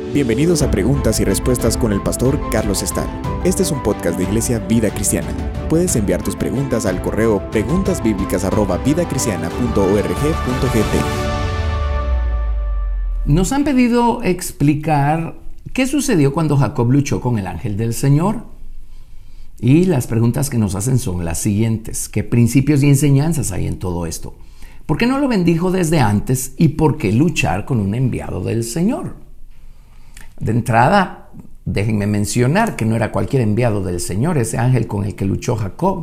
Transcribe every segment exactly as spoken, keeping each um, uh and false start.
Bienvenidos a Preguntas y Respuestas con el pastor Carlos Estal. Este es un podcast de Iglesia Vida Cristiana. Puedes enviar tus preguntas al correo preguntasbiblicas arroba vidacristiana punto org punto gt. Nos han pedido explicar qué sucedió cuando Jacob luchó con el ángel del Señor. Y las preguntas que nos hacen son las siguientes. ¿Qué principios y enseñanzas hay en todo esto? ¿Por qué no lo bendijo desde antes? ¿Y por qué luchar con un enviado del Señor? De entrada, déjenme mencionar que no era cualquier enviado del Señor. Ese ángel con el que luchó Jacob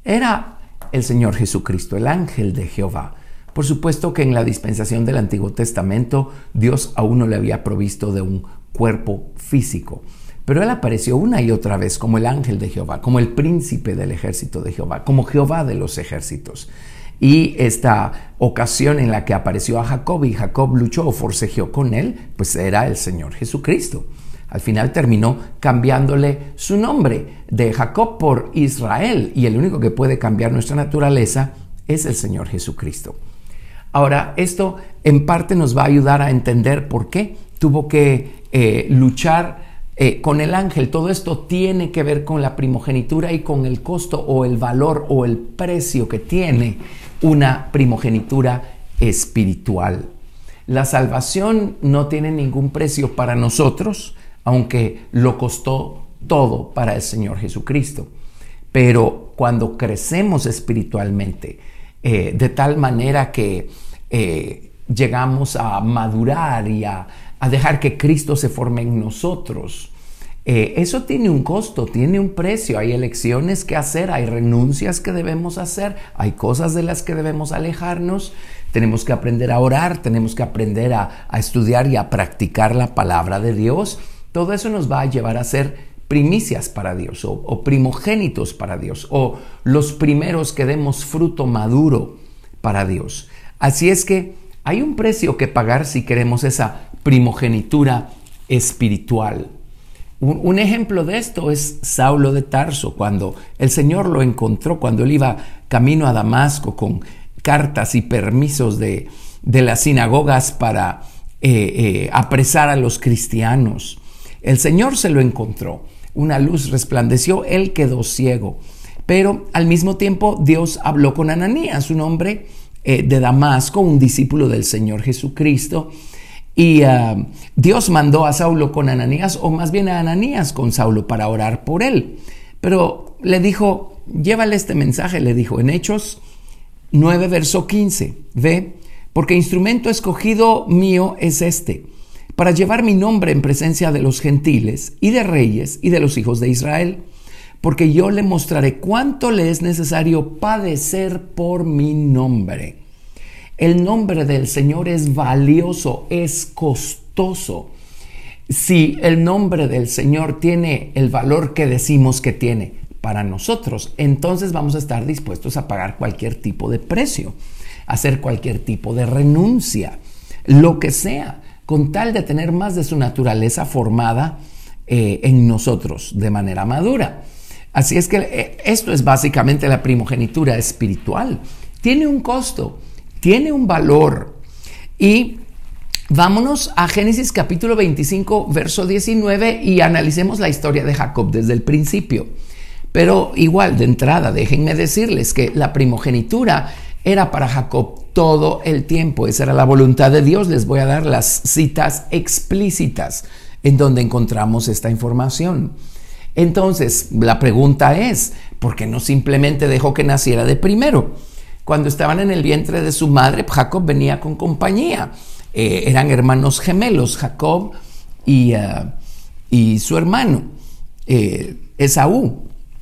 era el Señor Jesucristo, el ángel de Jehová. Por supuesto que en la dispensación del Antiguo Testamento, Dios aún no le había provisto de un cuerpo físico. Pero Él apareció una y otra vez como el ángel de Jehová, como el príncipe del ejército de Jehová, como Jehová de los ejércitos. Y esta ocasión en la que apareció a Jacob y Jacob luchó o forcejeó con él, pues era el Señor Jesucristo. Al final terminó cambiándole su nombre de Jacob por Israel, y el único que puede cambiar nuestra naturaleza es el Señor Jesucristo. Ahora, esto en parte nos va a ayudar a entender por qué tuvo que eh, luchar Eh, con el ángel. Todo esto tiene que ver con la primogenitura y con el costo o el valor o el precio que tiene una primogenitura espiritual. La salvación no tiene ningún precio para nosotros, aunque lo costó todo para el Señor Jesucristo. Pero cuando crecemos espiritualmente, eh, de tal manera que eh, llegamos a madurar y a a dejar que Cristo se forme en nosotros. Eh, eso tiene un costo, tiene un precio. Hay elecciones que hacer, hay renuncias que debemos hacer, hay cosas de las que debemos alejarnos. Tenemos que aprender a orar, tenemos que aprender a, a estudiar y a practicar la palabra de Dios. Todo eso nos va a llevar a ser primicias para Dios o, o primogénitos para Dios, o los primeros que demos fruto maduro para Dios. Así es que hay un precio que pagar si queremos esa primogenitura espiritual. Un, un ejemplo de esto es Saulo de Tarso, cuando el Señor lo encontró, cuando él iba camino a Damasco con cartas y permisos de, de las sinagogas para eh, eh, apresar a los cristianos. El Señor se lo encontró, una luz resplandeció, él quedó ciego, pero al mismo tiempo Dios habló con Ananías, un hombre eh, de Damasco, un discípulo del Señor Jesucristo. Y uh, Dios mandó a Saulo con Ananías, o más bien a Ananías con Saulo, para orar por él. Pero le dijo, llévale este mensaje, le dijo en Hechos nueve, verso quince. Ve, porque instrumento escogido mío es este, para llevar mi nombre en presencia de los gentiles y de reyes y de los hijos de Israel. Porque yo le mostraré cuánto le es necesario padecer por mi nombre. El nombre del Señor es valioso, es costoso. Si el nombre del Señor tiene el valor que decimos que tiene para nosotros, entonces vamos a estar dispuestos a pagar cualquier tipo de precio, hacer cualquier tipo de renuncia, lo que sea, con tal de tener más de su naturaleza formada eh, en nosotros de manera madura. Así es que eh, esto es básicamente la primogenitura espiritual. Tiene un costo. Tiene un valor. Y vámonos a Génesis capítulo veinticinco, verso diecinueve, y analicemos la historia de Jacob desde el principio. Pero igual, de entrada, déjenme decirles que la primogenitura era para Jacob todo el tiempo. Esa era la voluntad de Dios. Les voy a dar las citas explícitas en donde encontramos esta información. Entonces, la pregunta es, ¿por qué no simplemente dejó que naciera de primero? Cuando estaban en el vientre de su madre, Jacob venía con compañía. Eh, eran hermanos gemelos, Jacob y, uh, y su hermano, eh, Esaú.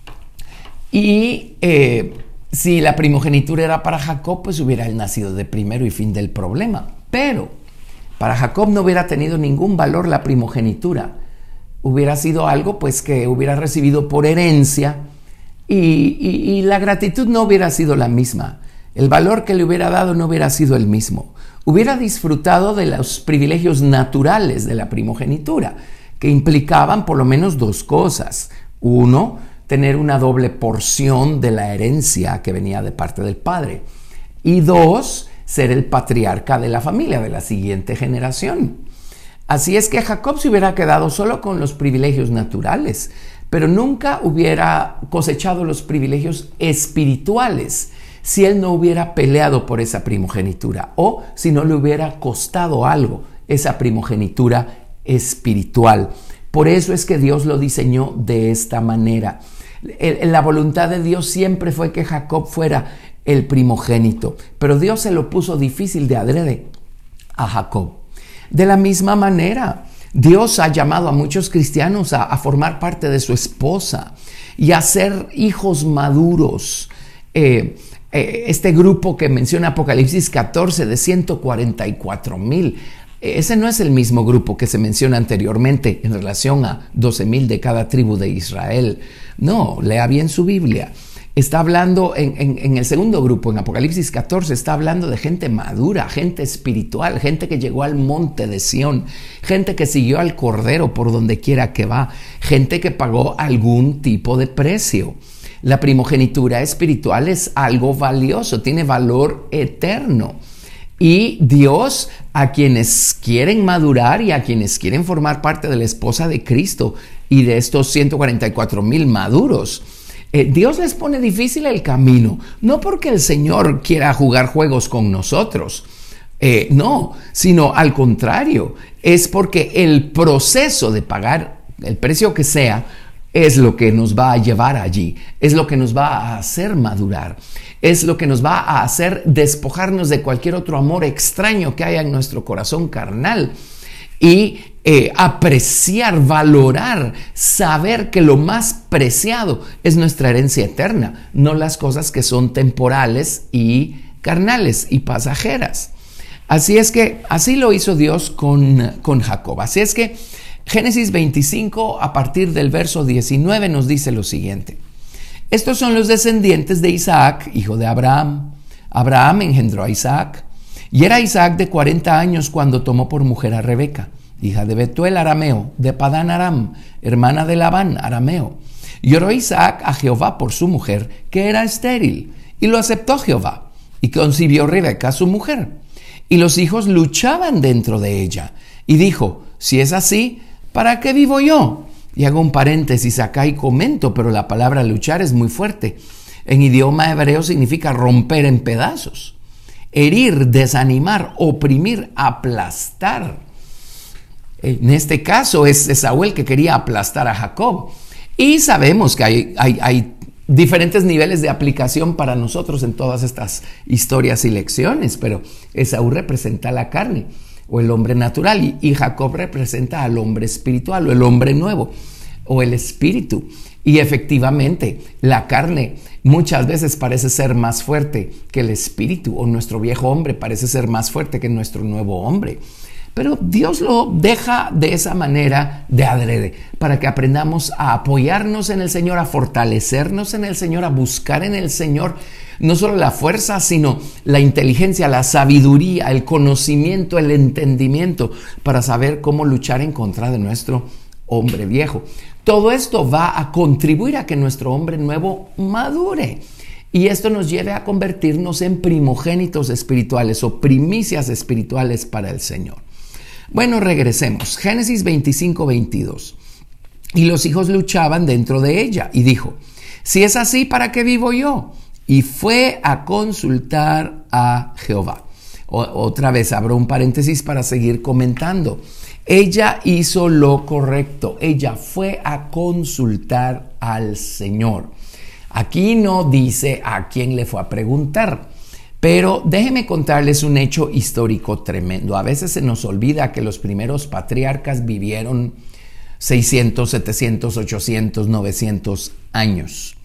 Y eh, si la primogenitura era para Jacob, pues hubiera él nacido de primero y fin del problema. Pero para Jacob no hubiera tenido ningún valor la primogenitura. Hubiera sido algo pues que hubiera recibido por herencia y, y, y la gratitud no hubiera sido la misma. El valor que le hubiera dado no hubiera sido el mismo. Hubiera disfrutado de los privilegios naturales de la primogenitura, que implicaban por lo menos dos cosas. Uno, tener una doble porción de la herencia que venía de parte del padre. Y dos, ser el patriarca de la familia, de la siguiente generación. Así es que Jacob se hubiera quedado solo con los privilegios naturales, pero nunca hubiera cosechado los privilegios espirituales si él no hubiera peleado por esa primogenitura o si no le hubiera costado algo esa primogenitura espiritual. Por eso es que Dios lo diseñó de esta manera. La voluntad de Dios siempre fue que Jacob fuera el primogénito, pero Dios se lo puso difícil de adrede a Jacob. De la misma manera, Dios ha llamado a muchos cristianos a, a formar parte de su esposa y a ser hijos maduros. Eh, eh, este grupo que menciona Apocalipsis catorce de ciento cuarenta y cuatro mil, ese no es el mismo grupo que se menciona anteriormente en relación a doce mil de cada tribu de Israel. No, lea bien su Biblia. Está hablando en, en, en el segundo grupo, en Apocalipsis catorce, está hablando de gente madura, gente espiritual, gente que llegó al monte de Sión, gente que siguió al Cordero por donde quiera que va, gente que pagó algún tipo de precio. La primogenitura espiritual es algo valioso, tiene valor eterno. Y Dios, a quienes quieren madurar y a quienes quieren formar parte de la esposa de Cristo y de estos ciento cuarenta y cuatro mil maduros, eh, Dios les pone difícil el camino, no porque el Señor quiera jugar juegos con nosotros, eh, no, sino al contrario, es porque el proceso de pagar el precio que sea es lo que nos va a llevar allí, es lo que nos va a hacer madurar, es lo que nos va a hacer despojarnos de cualquier otro amor extraño que haya en nuestro corazón carnal y eh, apreciar, valorar, saber que lo más preciado es nuestra herencia eterna, no las cosas que son temporales y carnales y pasajeras. Así es que así lo hizo Dios con, con Jacob. Así es que Génesis veinticinco, a partir del verso diecinueve, nos dice lo siguiente. Estos son los descendientes de Isaac, hijo de Abraham. Abraham engendró a Isaac, y era Isaac de cuarenta años cuando tomó por mujer a Rebeca, hija de Betuel arameo, de Padán Aram, hermana de Labán arameo. Y oró Isaac a Jehová por su mujer, que era estéril, y lo aceptó Jehová, y concibió Rebeca su mujer. Y los hijos luchaban dentro de ella, y dijo, si es así, ¿para qué vivo yo? Y hago un paréntesis acá y comento, pero la palabra luchar es muy fuerte. En idioma hebreo significa romper en pedazos, herir, desanimar, oprimir, aplastar. En este caso es Esaú el que quería aplastar a Jacob. Y sabemos que hay, hay, hay diferentes niveles de aplicación para nosotros en todas estas historias y lecciones, pero Esaú representa la carne o el hombre natural y, y Jacob representa al hombre espiritual o el hombre nuevo o el espíritu. Y efectivamente la carne muchas veces parece ser más fuerte que el espíritu, o nuestro viejo hombre parece ser más fuerte que nuestro nuevo hombre. Pero Dios lo deja de esa manera de adrede, para que aprendamos a apoyarnos en el Señor, a fortalecernos en el Señor, a buscar en el Señor no solo la fuerza, sino la inteligencia, la sabiduría, el conocimiento, el entendimiento, para saber cómo luchar en contra de nuestro hombre viejo. Todo esto va a contribuir a que nuestro hombre nuevo madure. Y esto nos lleve a convertirnos en primogénitos espirituales o primicias espirituales para el Señor. Bueno, regresemos. Génesis veinticinco, veintidós. Y los hijos luchaban dentro de ella. Y dijo, si es así, ¿para qué vivo yo? Y fue a consultar a Jehová. O, otra vez abro un paréntesis para seguir comentando. Ella hizo lo correcto. Ella fue a consultar al Señor. Aquí no dice a quién le fue a preguntar, pero déjenme contarles un hecho histórico tremendo. A veces se nos olvida que los primeros patriarcas vivieron seiscientos, setecientos, ochocientos, novecientos años.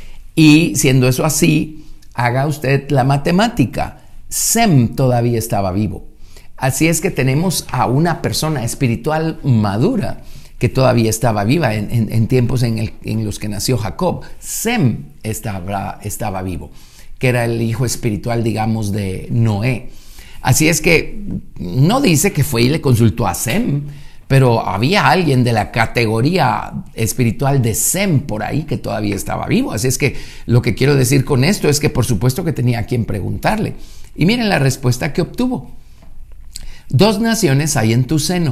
Y siendo eso así, haga usted la matemática. Sem todavía estaba vivo. Así es que tenemos a una persona espiritual madura que todavía estaba viva en, en, en tiempos en, el, en los que nació Jacob. Sem estaba, estaba vivo, que era el hijo espiritual, digamos, de Noé. Así es que no dice que fue y le consultó a Sem, pero había alguien de la categoría espiritual de Sem por ahí que todavía estaba vivo. Así es que lo que quiero decir con esto es que por supuesto que tenía a quien preguntarle. Y miren la respuesta que obtuvo. Dos naciones hay en tu seno,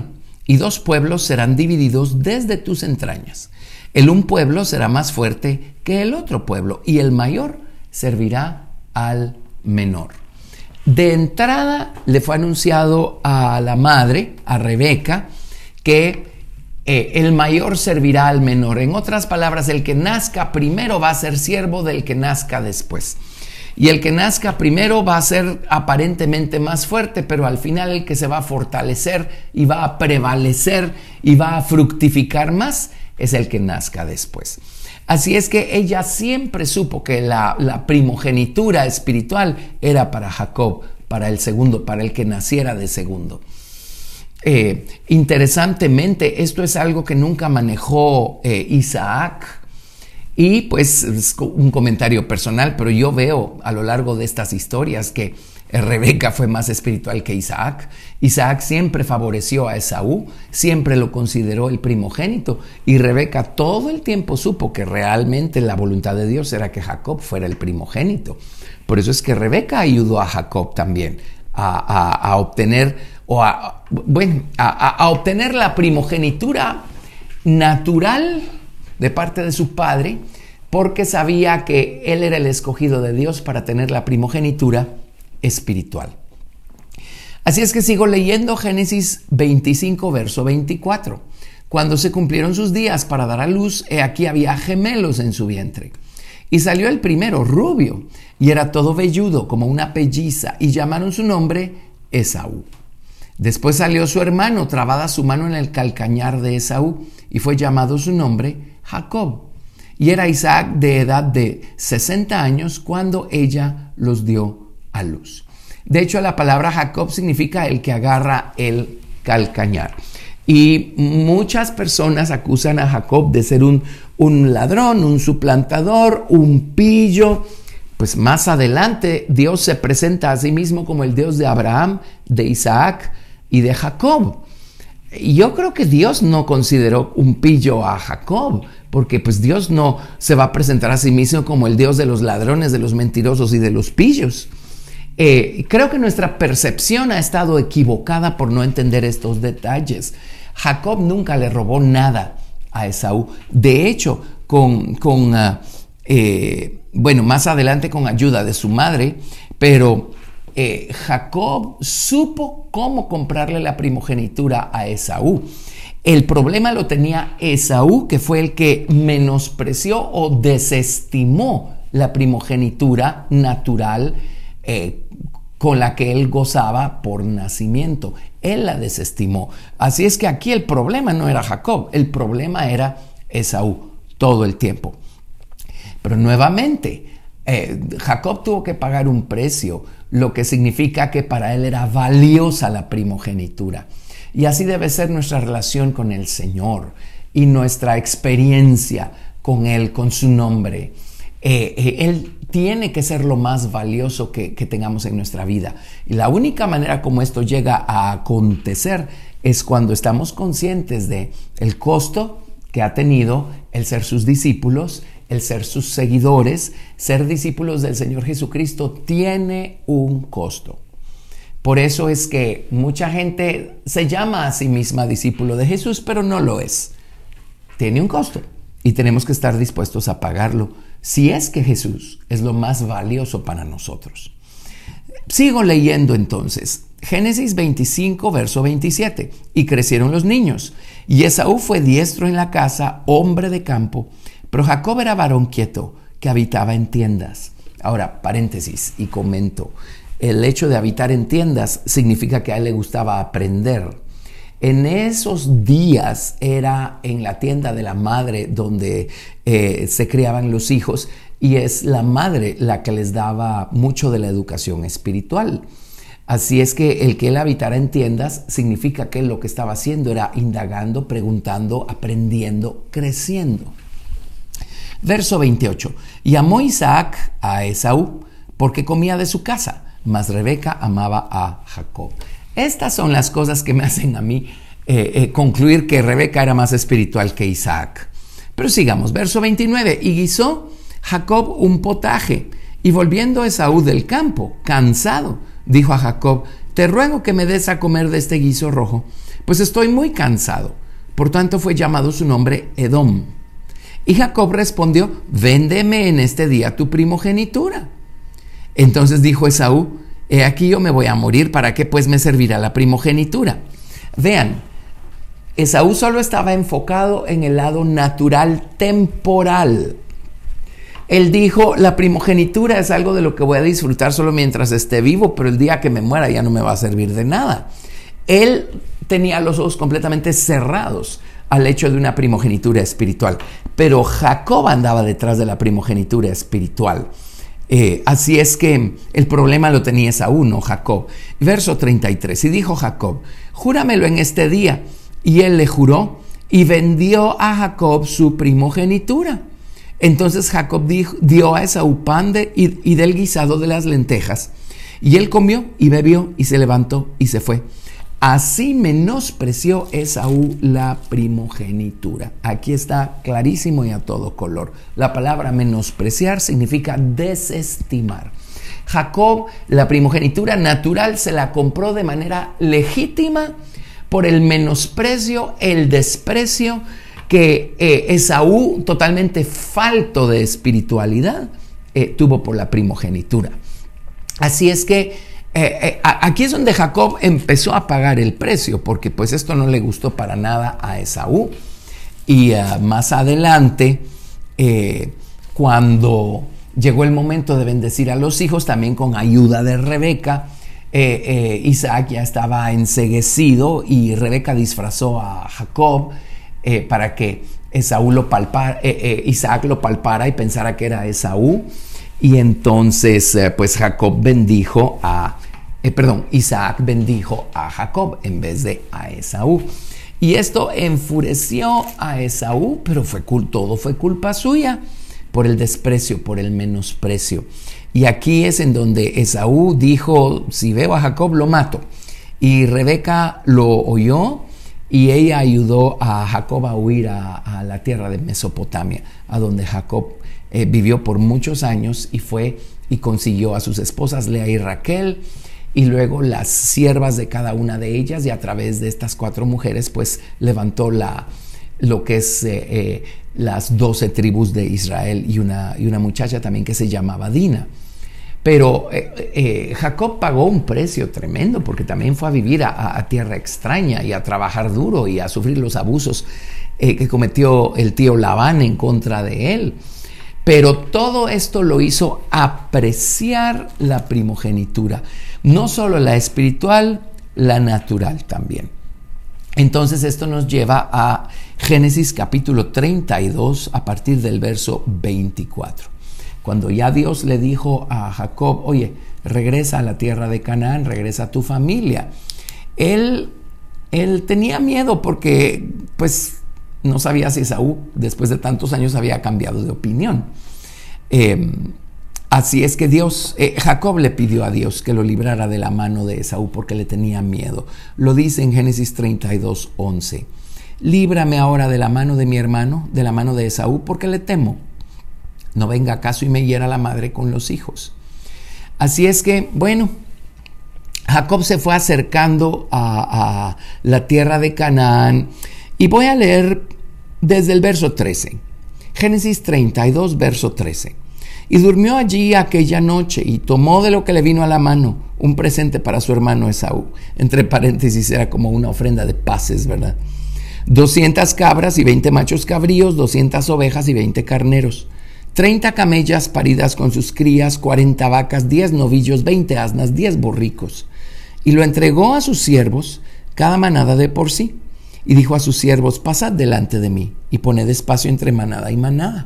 y dos pueblos serán divididos desde tus entrañas. El un pueblo será más fuerte que el otro pueblo, y el mayor servirá al menor. De entrada le fue anunciado a la madre, a Rebeca, que eh, el mayor servirá al menor. En otras palabras, el que nazca primero va a ser siervo del que nazca después. Y el que nazca primero va a ser aparentemente más fuerte, pero al final el que se va a fortalecer y va a prevalecer y va a fructificar más es el que nazca después. Así es que ella siempre supo que la, la primogenitura espiritual era para Jacob, para el segundo, para el que naciera de segundo. Eh, interesantemente, esto es algo que nunca manejó eh, Isaac. Y pues es un comentario personal, pero yo veo a lo largo de estas historias que Rebeca fue más espiritual que Isaac. Isaac siempre favoreció a Esaú, siempre lo consideró el primogénito, y Rebeca todo el tiempo supo que realmente la voluntad de Dios era que Jacob fuera el primogénito. Por eso es que Rebeca ayudó a Jacob también a, a, a obtener o a, bueno, a, a obtener la primogenitura natural de parte de su padre, porque sabía que él era el escogido de Dios para tener la primogenitura espiritual. Así es que sigo leyendo Génesis veinticinco, verso veinticuatro. Cuando se cumplieron sus días para dar a luz, he aquí había gemelos en su vientre. Y salió el primero, rubio, y era todo velludo como una pelliza, y llamaron su nombre Esaú. Después salió su hermano, trabada su mano en el calcañar de Esaú, y fue llamado su nombre Jacob. Y era Isaac de edad de sesenta años cuando ella los dio a luz. De hecho, la palabra Jacob significa el que agarra el calcañar. Y muchas personas acusan a Jacob de ser un, un ladrón, un suplantador, un pillo. Pues más adelante Dios se presenta a sí mismo como el Dios de Abraham, de Isaac y de Jacob. Yo creo que Dios no consideró un pillo a Jacob, porque pues Dios no se va a presentar a sí mismo como el Dios de los ladrones, de los mentirosos y de los pillos. Eh, creo que nuestra percepción ha estado equivocada por no entender estos detalles. Jacob nunca le robó nada a Esaú. De hecho, con, con uh, eh, bueno, más adelante con ayuda de su madre, pero eh, Jacob supo cómo comprarle la primogenitura a Esaú. El problema lo tenía Esaú, que fue el que menospreció o desestimó la primogenitura natural eh, con la que él gozaba por nacimiento. Él la desestimó. Así es que aquí el problema no era Jacob, el problema era Esaú todo el tiempo. Pero nuevamente, eh, Jacob tuvo que pagar un precio, lo que significa que para él era valiosa la primogenitura. Y así debe ser nuestra relación con el Señor y nuestra experiencia con Él, con su nombre. Eh, eh, él tiene que ser lo más valioso que, que tengamos en nuestra vida. Y la única manera como esto llega a acontecer es cuando estamos conscientes de el costo que ha tenido el ser sus discípulos, el ser sus seguidores. Ser discípulos del Señor Jesucristo tiene un costo. Por eso es que mucha gente se llama a sí misma discípulo de Jesús, pero no lo es. Tiene un costo y tenemos que estar dispuestos a pagarlo si es que Jesús es lo más valioso para nosotros. Sigo leyendo entonces. Génesis veinticinco, verso veintisiete. Y crecieron los niños, y Esaú fue diestro en la casa, hombre de campo, pero Jacob era varón quieto, que habitaba en tiendas. Ahora, paréntesis, y comento. El hecho de habitar en tiendas significa que a él le gustaba aprender. En esos días era en la tienda de la madre donde eh, se criaban los hijos, y es la madre la que les daba mucho de la educación espiritual. Así es que el que él habitara en tiendas significa que lo que estaba haciendo era indagando, preguntando, aprendiendo, creciendo. Verso veintiocho. Y amó Isaac a Esaú porque comía de su casa, mas Rebeca amaba a Jacob. Estas son las cosas que me hacen a mí eh, eh, concluir que Rebeca era más espiritual que Isaac. Pero sigamos, verso veintinueve. Y guisó Jacob un potaje, y volviendo Esaú del campo, cansado, dijo a Jacob: te ruego que me des a comer de este guiso rojo, pues estoy muy cansado. Por tanto fue llamado su nombre Edom. Y Jacob respondió, véndeme en este día tu primogenitura. Entonces dijo Esaú, he aquí yo me voy a morir, ¿para qué pues me servirá la primogenitura? Vean, Esaú solo estaba enfocado en el lado natural, temporal. Él dijo, la primogenitura es algo de lo que voy a disfrutar solo mientras esté vivo, pero el día que me muera ya no me va a servir de nada. Él tenía los ojos completamente cerrados al hecho de una primogenitura espiritual, pero Jacob andaba detrás de la primogenitura espiritual. Eh, así es que el problema lo tenía Esaú, no Jacob. Verso treinta y tres, y dijo Jacob, júramelo en este día. Y él le juró y vendió a Jacob su primogenitura. Entonces Jacob dijo, dio a Esaú pan de, y, y del guisado de las lentejas. Y él comió y bebió y se levantó y se fue. Así menospreció Esaú la primogenitura. Aquí está clarísimo y a todo color. La palabra menospreciar significa desestimar. Jacob, la primogenitura natural, se la compró de manera legítima por el menosprecio, el desprecio que eh, Esaú, totalmente falto de espiritualidad, eh, tuvo por la primogenitura. Así es que Eh, eh, aquí es donde Jacob empezó a pagar el precio, porque pues esto no le gustó para nada a Esaú. Y uh, más adelante, eh, cuando llegó el momento de bendecir a los hijos, también con ayuda de Rebeca, eh, eh, Isaac ya estaba enceguecido y Rebeca disfrazó a Jacob eh, para que Esaú lo palpara, eh, eh, Isaac lo palpara y pensara que era Esaú. Y entonces, eh, pues Jacob bendijo a, eh, perdón, Isaac bendijo a Jacob en vez de a Esaú. Y esto enfureció a Esaú, pero fue cul- todo fue culpa suya por el desprecio, por el menosprecio. Y aquí es en donde Esaú dijo, si veo a Jacob lo mato. Y Rebeca lo oyó y ella ayudó a Jacob a huir a, a la tierra de Mesopotamia, a donde Jacob Eh, vivió por muchos años y fue y consiguió a sus esposas Lea y Raquel y luego las siervas de cada una de ellas, y a través de estas cuatro mujeres pues levantó la, lo que es eh, eh, las doce tribus de Israel, y una, y una muchacha también que se llamaba Dina. Pero eh, eh, Jacob pagó un precio tremendo, porque también fue a vivir a, a tierra extraña y a trabajar duro y a sufrir los abusos eh, que cometió el tío Labán en contra de él. Pero todo esto lo hizo apreciar la primogenitura, no solo la espiritual, la natural también. Entonces esto nos lleva a Génesis capítulo treinta y dos a partir del verso veinticuatro. Cuando ya Dios le dijo a Jacob, oye, regresa a la tierra de Canaán, regresa a tu familia. Él, él tenía miedo porque pues no sabía si Esaú, después de tantos años, había cambiado de opinión. Eh, así es que Dios, eh, Jacob le pidió a Dios que lo librara de la mano de Esaú porque le tenía miedo. Lo dice en Génesis treinta y dos, once. Líbrame ahora de la mano de mi hermano, de la mano de Esaú, porque le temo. No venga acaso y me hiera la madre con los hijos. Así es que, bueno, Jacob se fue acercando a, a la tierra de Canaán. Y voy a leer desde el verso trece. Génesis treinta y dos, verso trece. Y durmió allí aquella noche y tomó de lo que le vino a la mano un presente para su hermano Esaú. Entre paréntesis, era como una ofrenda de paces, ¿verdad? doscientas cabras y veinte machos cabríos, doscientas ovejas y veinte carneros, treinta camellas paridas con sus crías, cuarenta vacas, diez novillos, veinte asnas, diez borricos. Y lo entregó a sus siervos, cada manada de por sí. Y dijo a sus siervos, pasad delante de mí y poned espacio entre manada y manada.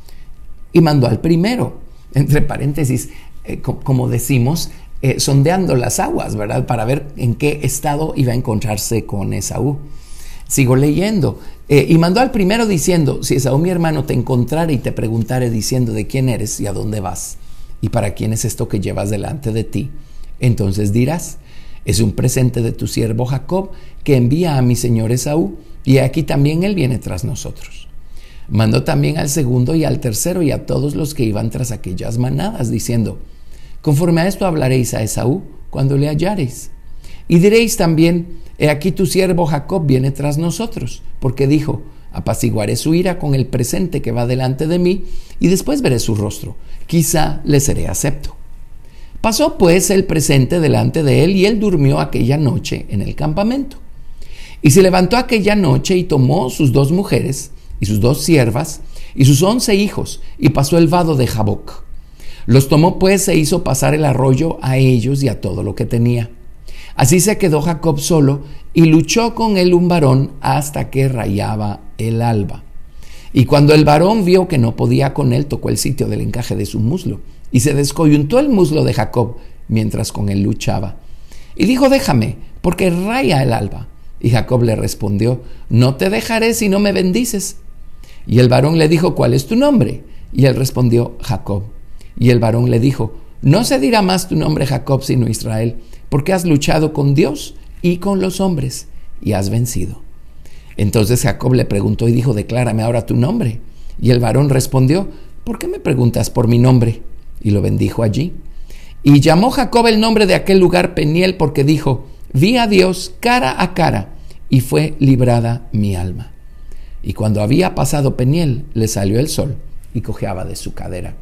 Y mandó al primero, entre paréntesis, eh, co- como decimos, eh, sondeando las aguas, ¿verdad? Para ver en qué estado iba a encontrarse con Esaú. Sigo leyendo. Eh, y mandó al primero diciendo, si Esaú mi hermano te encontrare y te preguntare diciendo de quién eres y a dónde vas y para quién es esto que llevas delante de ti, entonces dirás, es un presente de tu siervo Jacob que envía a mi señor Esaú, y aquí también él viene tras nosotros. Mandó también al segundo y al tercero y a todos los que iban tras aquellas manadas, diciendo, conforme a esto hablaréis a Esaú cuando le hallareis. Y diréis también, he aquí tu siervo Jacob viene tras nosotros, porque dijo, apaciguaré su ira con el presente que va delante de mí, y después veré su rostro, quizá le seré acepto. Pasó pues el presente delante de él, y él durmió aquella noche en el campamento. Y se levantó aquella noche y tomó sus dos mujeres, y sus dos siervas, y sus once hijos, y pasó el vado de Jaboc. Los tomó pues e hizo pasar el arroyo a ellos y a todo lo que tenía. Así se quedó Jacob solo, y luchó con él un varón hasta que rayaba el alba. Y cuando el varón vio que no podía con él, tocó el sitio del encaje de su muslo, y se descoyuntó el muslo de Jacob mientras con él luchaba. Y dijo, déjame, porque raya el alba. Y Jacob le respondió, no te dejaré si no me bendices. Y el varón le dijo, ¿cuál es tu nombre? Y él respondió, Jacob. Y el varón le dijo, no se dirá más tu nombre Jacob, sino Israel, porque has luchado con Dios y con los hombres, y has vencido. Entonces Jacob le preguntó y dijo, declárame ahora tu nombre. Y el varón respondió, ¿por qué me preguntas por mi nombre? Y lo bendijo allí. Y llamó Jacob el nombre de aquel lugar Peniel, porque dijo, vi a Dios cara a cara, y fue librada mi alma. Y cuando había pasado Peniel, le salió el sol, y cojeaba de su cadera.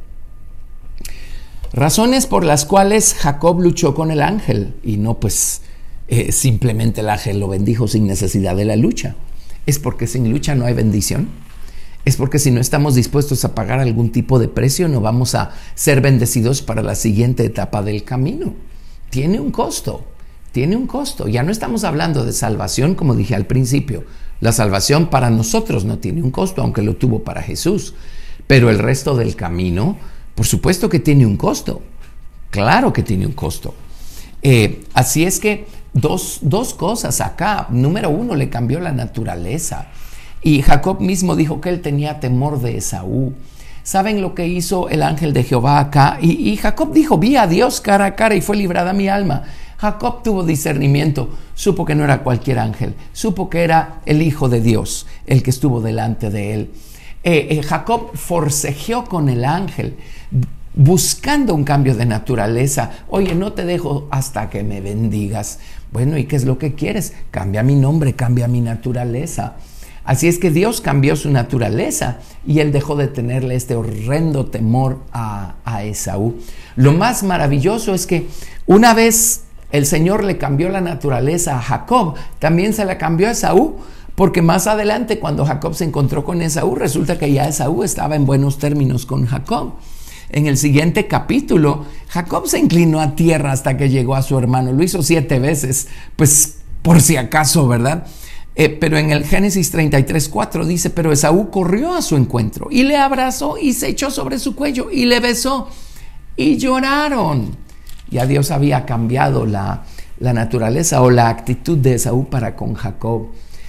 Razones por las cuales Jacob luchó con el ángel, y no pues eh, simplemente el ángel lo bendijo sin necesidad de la lucha. Es porque sin lucha no hay bendición. Es porque si no estamos dispuestos a pagar algún tipo de precio, no vamos a ser bendecidos para la siguiente etapa del camino. Tiene un costo, tiene un costo. Ya no estamos hablando de salvación, como dije al principio. La salvación para nosotros no tiene un costo, aunque lo tuvo para Jesús. Pero el resto del camino, por supuesto que tiene un costo. Claro que tiene un costo. Eh, así es que dos, dos cosas acá. Número uno, le cambió la naturaleza. Y Jacob mismo dijo que él tenía temor de Esaú. ¿Saben lo que hizo el ángel de Jehová acá? Y, y Jacob dijo, vi a Dios cara a cara y fue librada mi alma. Jacob tuvo discernimiento, supo que no era cualquier ángel, supo que era el Hijo de Dios, el que estuvo delante de él. Eh, eh, Jacob forcejeó con el ángel, buscando un cambio de naturaleza. Oye, no te dejo hasta que me bendigas. Bueno, ¿y qué es lo que quieres? Cambia mi nombre, cambia mi naturaleza. Así es que Dios cambió su naturaleza y él dejó de tenerle este horrendo temor a, a Esaú. Lo más maravilloso es que una vez el Señor le cambió la naturaleza a Jacob, también se la cambió a Esaú, porque más adelante cuando Jacob se encontró con Esaú, resulta que ya Esaú estaba en buenos términos con Jacob. En el siguiente capítulo, Jacob se inclinó a tierra hasta que llegó a su hermano. Lo hizo siete veces, pues por si acaso, ¿verdad? Eh, pero en el Génesis treinta y tres, cuatro dice, pero Esaú corrió a su encuentro y le abrazó y se echó sobre su cuello y le besó y lloraron. Ya Dios había cambiado la, la naturaleza o la actitud de Esaú para con Jacob.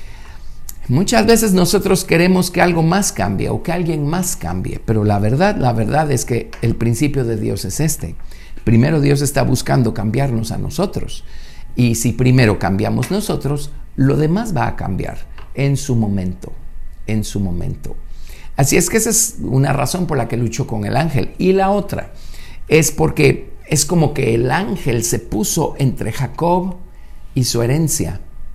Muchas veces nosotros queremos que algo más cambie o que alguien más cambie, pero la verdad, la verdad es que el principio de Dios es este. Primero Dios está buscando cambiarnos a nosotros. Y si primero cambiamos nosotros, lo demás va a cambiar en su momento, en su momento. Así es que esa es una razón por la que luchó con el ángel. Y la otra es porque es como que el ángel se puso entre Jacob y su herencia,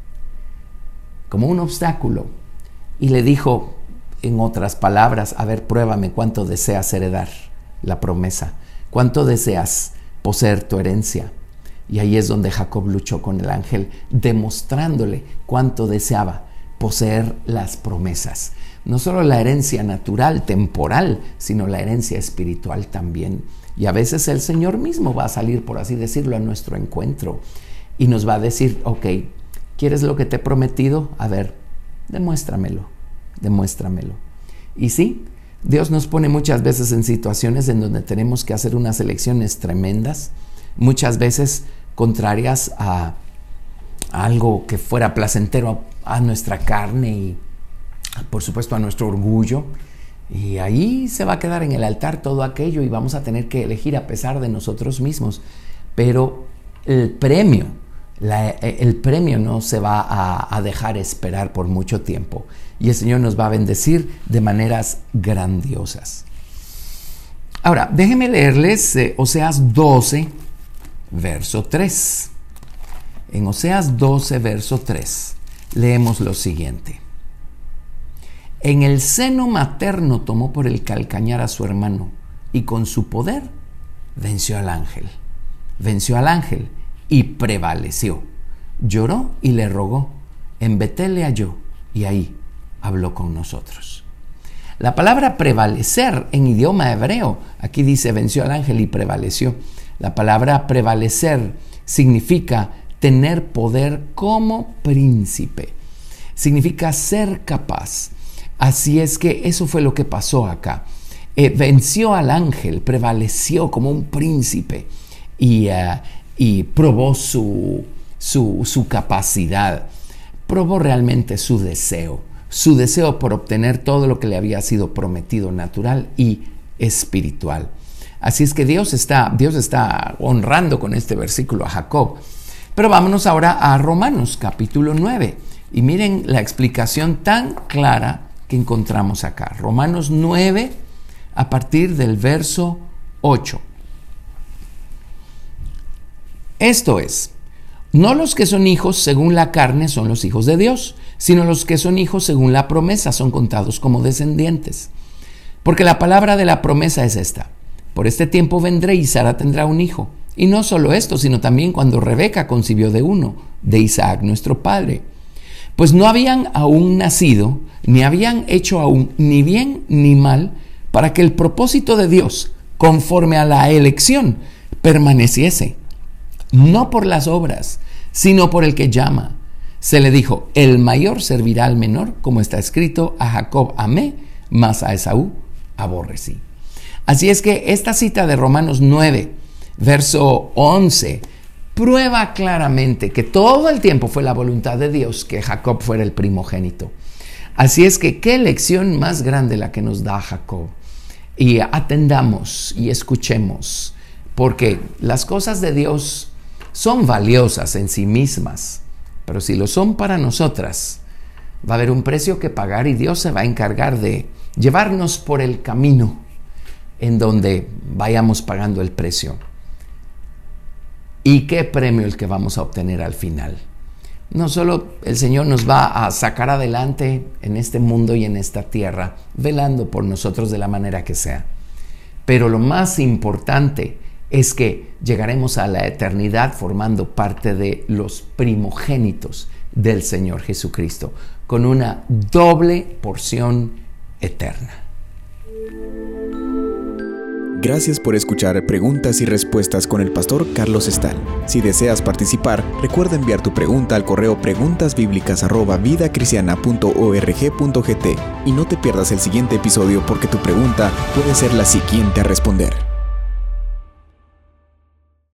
como un obstáculo, y le dijo, en otras palabras, a ver, pruébame cuánto deseas heredar la promesa, cuánto deseas poseer tu herencia. Y ahí es donde Jacob luchó con el ángel, demostrándole cuánto deseaba poseer las promesas. No solo la herencia natural, temporal, sino la herencia espiritual también. Y a veces el Señor mismo va a salir, por así decirlo, a nuestro encuentro y nos va a decir, ok, ¿quieres lo que te he prometido? A ver, demuéstramelo, demuéstramelo. Y sí, Dios nos pone muchas veces en situaciones en donde tenemos que hacer unas elecciones tremendas, muchas veces contrarias a, a algo que fuera placentero a, a nuestra carne y, por supuesto, a nuestro orgullo. Y ahí se va a quedar en el altar todo aquello y vamos a tener que elegir a pesar de nosotros mismos. Pero el premio, la, el premio no se va a, a dejar esperar por mucho tiempo. Y el Señor nos va a bendecir de maneras grandiosas. Ahora, déjenme leerles eh, Oseas doce, verso tres. En Oseas doce, verso tres, leemos lo siguiente. En el seno materno tomó por el calcañar a su hermano y con su poder venció al ángel. Venció al ángel y prevaleció. Lloró y le rogó. En Betel le halló y ahí habló con nosotros. La palabra prevalecer en idioma hebreo, aquí dice venció al ángel y prevaleció. La palabra prevalecer significa tener poder como príncipe. Significa ser capaz. Así es que eso fue lo que pasó acá. Eh, venció al ángel, prevaleció como un príncipe y, uh, y probó su, su, su capacidad. Probó realmente su deseo. Su deseo por obtener todo lo que le había sido prometido, natural y espiritual. Así es que Dios está, Dios está honrando con este versículo a Jacob. Pero vámonos ahora a Romanos capítulo nueve. Y miren la explicación tan clara que encontramos acá. Romanos nueve, a partir del verso ocho. Esto es, no los que son hijos según la carne son los hijos de Dios, sino los que son hijos según la promesa son contados como descendientes. Porque la palabra de la promesa es esta: por este tiempo vendré y Sara tendrá un hijo. Y no solo esto, sino también cuando Rebeca concibió de uno, de Isaac nuestro padre. Pues no habían aún nacido, ni habían hecho aún ni bien ni mal, para que el propósito de Dios, conforme a la elección, permaneciese. No por las obras, sino por el que llama. Se le dijo, el mayor servirá al menor, como está escrito, a Jacob amé, mas a Esaú aborrecí. Así es que esta cita de Romanos nueve, verso once, prueba claramente que todo el tiempo fue la voluntad de Dios que Jacob fuera el primogénito. Así es que qué lección más grande la que nos da Jacob. Y atendamos y escuchemos, porque las cosas de Dios son valiosas en sí mismas, pero si lo son para nosotras, va a haber un precio que pagar y Dios se va a encargar de llevarnos por el camino en donde vayamos pagando el precio. ¿Y qué premio el que vamos a obtener al final? No solo el Señor nos va a sacar adelante en este mundo y en esta tierra, velando por nosotros de la manera que sea, pero lo más importante es que llegaremos a la eternidad formando parte de los primogénitos del Señor Jesucristo, con una doble porción eterna. Gracias por escuchar Preguntas y Respuestas con el pastor Carlos Estal. Si deseas participar, recuerda enviar tu pregunta al correo preguntasbiblicas arroba vidacristiana punto org punto gt y no te pierdas el siguiente episodio porque tu pregunta puede ser la siguiente a responder.